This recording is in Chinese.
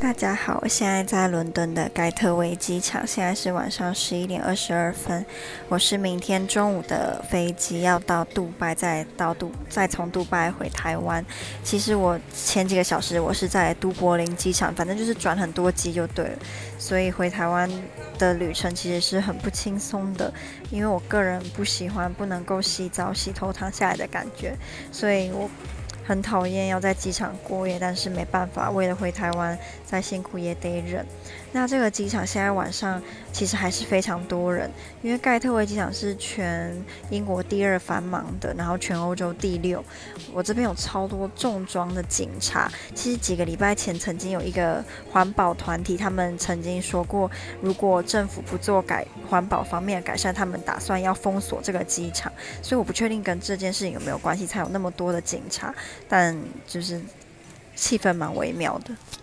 大家好，我现在在伦敦的盖特威机场，现在是晚上11点22分。我是明天中午的飞机，要到杜拜，再从杜拜回台湾。其实我前几个小时我是在都柏林机场，反正就是转很多机就对了。所以回台湾的旅程其实是很不轻松的，因为我个人不喜欢不能够洗澡、洗头、躺下来的感觉，所以我很讨厌要在机场过夜，但是没办法，为了回台湾，再辛苦也得忍。那这个机场现在晚上其实还是非常多人，因为盖特威机场是全英国第二繁忙的，然后全欧洲第六。我这边有超多重装的警察，其实几个礼拜前曾经有一个环保团体，他们曾经说过，如果政府不做环保方面的改善，他们打算要封锁这个机场。所以我不确定跟这件事情有没有关系，才有那么多的警察。但就是气氛蛮微妙的。